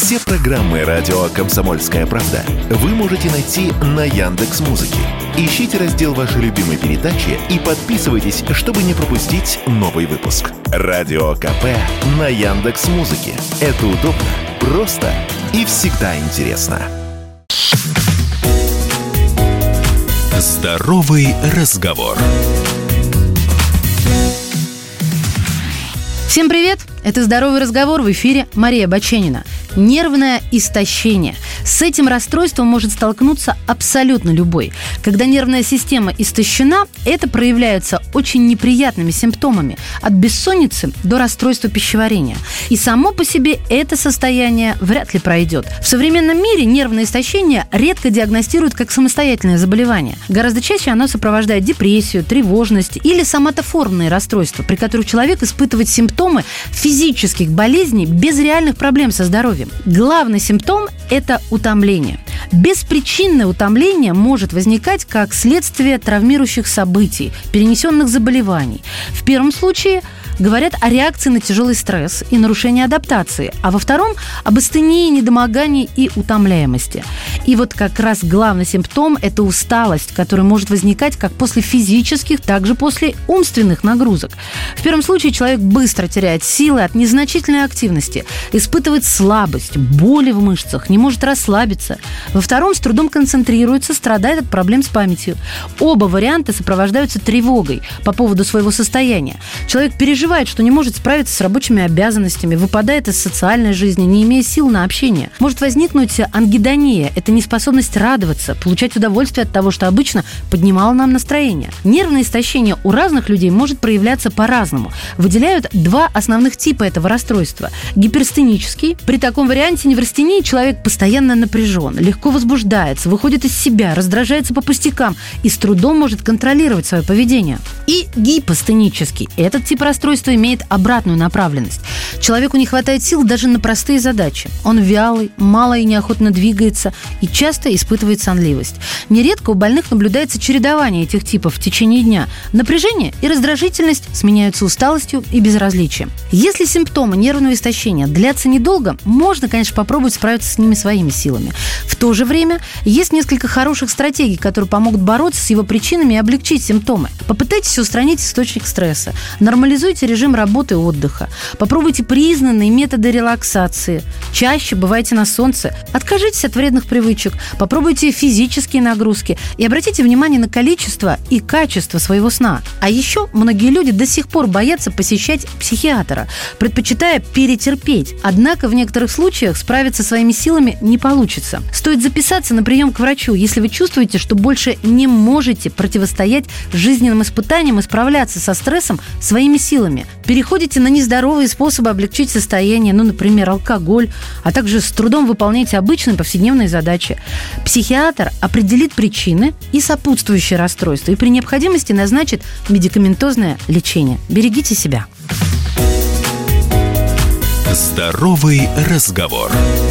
Все программы радио «Комсомольская правда» вы можете найти на Яндекс.Музыке. Ищите раздел вашей любимой передачи и подписывайтесь, чтобы не пропустить новый выпуск. Радио КП на Яндекс.Музыке. Это удобно, просто и всегда интересно. Здоровый разговор. Всем привет! Это «Здоровый разговор», в эфире Мария Баченина. Нервное истощение. С этим расстройством может столкнуться абсолютно любой. Когда нервная система истощена, это проявляется очень неприятными симптомами, от бессонницы до расстройства пищеварения. И само по себе это состояние вряд ли пройдет. В современном мире нервное истощение редко диагностируют как самостоятельное заболевание. Гораздо чаще оно сопровождает депрессию, тревожность или соматоформные расстройства, при которых человек испытывает симптомы физических болезней без реальных проблем со здоровьем. Главный симптом – это утомление. Беспричинное утомление может возникать как следствие травмирующих событий, перенесенных заболеваний. В первом случае говорят о реакции на тяжелый стресс и нарушении адаптации, а во втором – об астении, недомогании и утомляемости. И вот как раз главный симптом – это усталость, которая может возникать как после физических, так и после умственных нагрузок. В первом случае человек быстро теряет силы от незначительной активности, испытывает слабость, боли в мышцах, не может расслабиться. Во втором с трудом концентрируется, страдает от проблем с памятью. Оба варианта сопровождаются тревогой по поводу своего состояния. Человек переживает, что не может справиться с рабочими обязанностями, выпадает из социальной жизни, не имея сил на общение. Может возникнуть ангидония – это неспособность радоваться, получать удовольствие от того, что обычно поднимало нам настроение. Нервное истощение у разных людей может проявляться по-разному. Выделяют два основных типа этого расстройства. Гиперстенический. При таком варианте неврастении человек постоянно напряжен, легко возбуждается, выходит из себя, раздражается по пустякам и с трудом может контролировать свое поведение. И гипостенический. Этот тип расстройства имеет обратную направленность. Человеку не хватает сил даже на простые задачи. Он вялый, мало и неохотно двигается и часто испытывает сонливость. Нередко у больных наблюдается чередование этих типов в течение дня. Напряжение и раздражительность сменяются усталостью и безразличием. Если симптомы нервного истощения длятся недолго, можно, конечно, попробовать справиться с ними своими силами. В то же время есть несколько хороших стратегий, которые помогут бороться с его причинами и облегчить симптомы. Попытайтесь устранить источник стресса. Нормализуйте режим работы и отдыха. Попробуйте признанные методы релаксации. Чаще бывайте на солнце. Откажитесь от вредных привычек. Попробуйте физические нагрузки. И обратите внимание на количество и качество своего сна. А еще многие люди до сих пор боятся посещать психиатра, предпочитая перетерпеть. Однако в некоторых случаях справиться своими силами не получится. Стоит записаться на прием к врачу, если вы чувствуете, что больше не можете противостоять жизненным испытаниям и справляться со стрессом своими силами. Переходите на нездоровые способы облегчить состояние, например, алкоголь, а также с трудом выполняете обычные повседневные задачи. Психиатр определит причины и сопутствующие расстройства и при необходимости назначит медикаментозное лечение. Берегите себя. Здоровый разговор.